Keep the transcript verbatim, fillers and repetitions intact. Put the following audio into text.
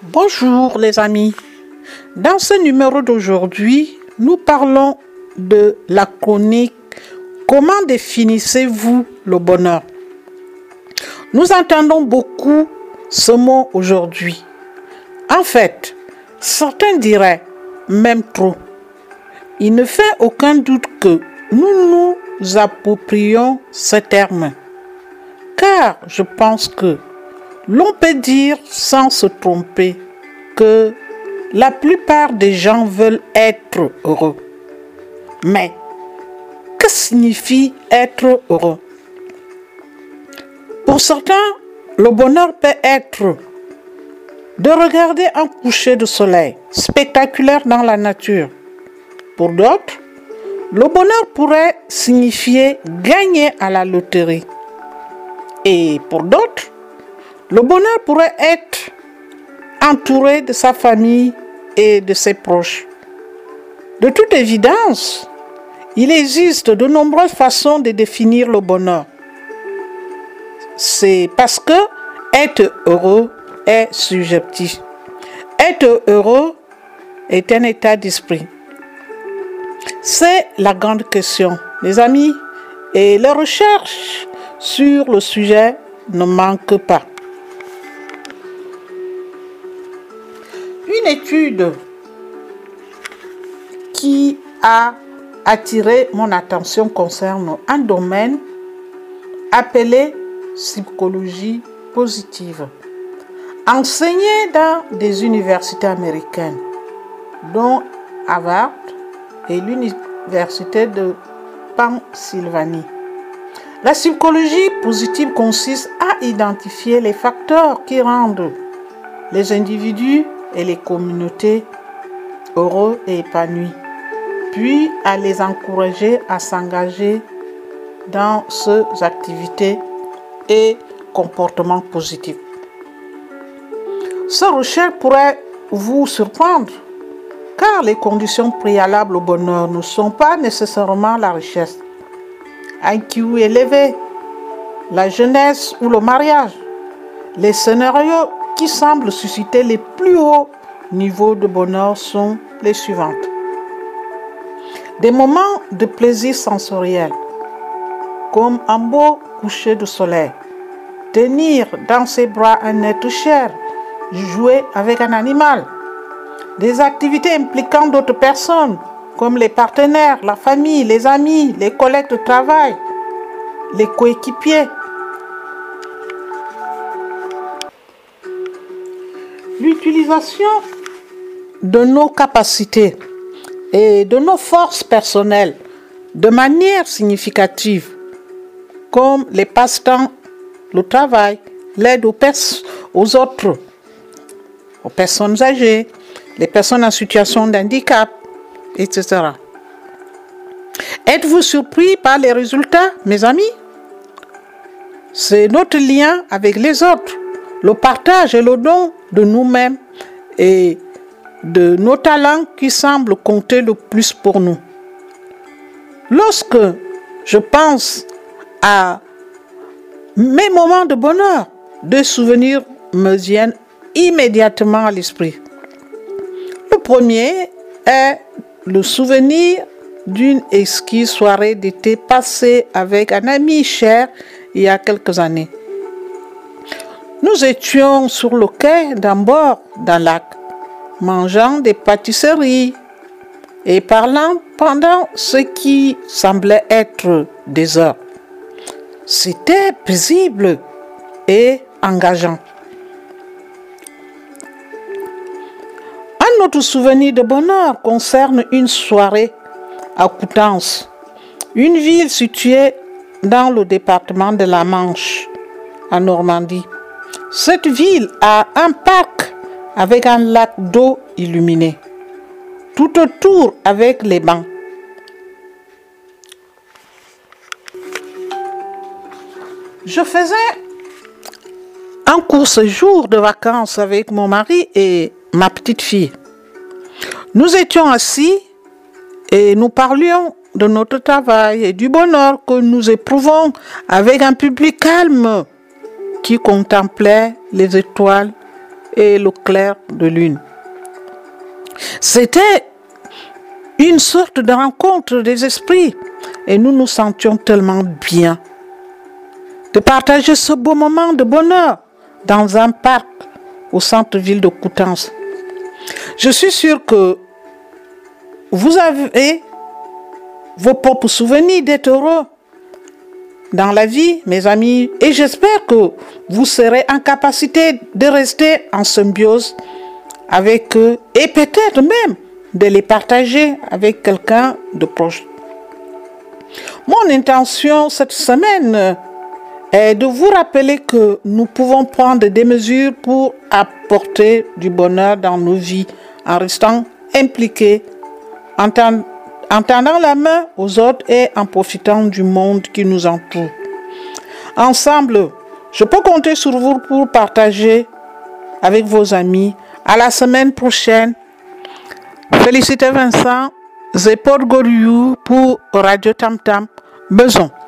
Bonjour les amis, dans ce numéro d'aujourd'hui, nous parlons de la chronique « Comment définissez-vous le bonheur ?» Nous entendons beaucoup ce mot aujourd'hui. En fait, certains diraient même trop. Il ne fait aucun doute que nous nous approprions ce terme, car je pense que l'on peut dire sans se tromper que la plupart des gens veulent être heureux. Mais que signifie être heureux? Pour certains, le bonheur peut être de regarder un coucher de soleil spectaculaire dans la nature. Pour d'autres, le bonheur pourrait signifier gagner à la loterie. Et pour d'autres, le bonheur pourrait être entouré de sa famille et de ses proches. De toute évidence, il existe de nombreuses façons de définir le bonheur. C'est parce que être heureux est subjectif. Être heureux est un état d'esprit. C'est la grande question, les amis, et les recherches sur le sujet ne manquent pas. Une étude qui a attiré mon attention concerne un domaine appelé psychologie positive, enseigné dans des universités américaines, dont Harvard et l'université de Pennsylvanie. La psychologie positive consiste à identifier les facteurs qui rendent les individus et les communautés heureux et épanouis, puis à les encourager à s'engager dans ces activités et comportements positifs. Ces recherches pourraient vous surprendre, car les conditions préalables au bonheur ne sont pas nécessairement la richesse, un I Q élevé, la jeunesse ou le mariage. Les scénarios qui semblent susciter les plus hauts niveaux de bonheur sont les suivantes. Des moments de plaisir sensoriel, comme un beau coucher de soleil, tenir dans ses bras un être cher, jouer avec un animal, des activités impliquant d'autres personnes, comme les partenaires, la famille, les amis, les collègues de travail, les coéquipiers. L'utilisation de nos capacités et de nos forces personnelles de manière significative, comme les passe-temps, le travail, l'aide aux, pers- aux autres, aux personnes âgées, les personnes en situation de handicap, et cetera. Êtes-vous surpris par les résultats, mes amis? C'est notre lien avec les autres, le partage et le don de nous-mêmes et de nos talents qui semblent compter le plus pour nous. Lorsque je pense à mes moments de bonheur, deux souvenirs me viennent immédiatement à l'esprit. Le premier est le souvenir d'une exquise soirée d'été passée avec un ami cher il y a quelques années. Nous étions sur le quai d'un bord d'un lac, mangeant des pâtisseries et parlant pendant ce qui semblait être des heures. C'était paisible et engageant. Un autre souvenir de bonheur concerne une soirée à Coutances, une ville située dans le département de la Manche, en Normandie. Cette ville a un parc avec un lac d'eau illuminé, tout autour avec les bancs. Je faisais un court séjour de vacances avec mon mari et ma petite fille. Nous étions assis et nous parlions de notre travail et du bonheur que nous éprouvons avec un public calme qui contemplait les étoiles et le clair de lune. C'était une sorte de rencontre des esprits et nous nous sentions tellement bien de partager ce beau moment de bonheur dans un parc au centre-ville de Coutances. Je suis sûre que vous avez vos propres souvenirs d'être heureux dans la vie, mes amis, et j'espère que vous serez en capacité de rester en symbiose avec eux et peut-être même de les partager avec quelqu'un de proche. Mon intention cette semaine est de vous rappeler que nous pouvons prendre des mesures pour apporter du bonheur dans nos vies en restant impliqués, en, ten- en tendant la main aux autres et en profitant du monde qui nous entoure. Ensemble, je peux compter sur vous pour partager avec vos amis. À la semaine prochaine. Félicité Vincent, Zepod Goriou pour Radio Tam Tam. Besoin.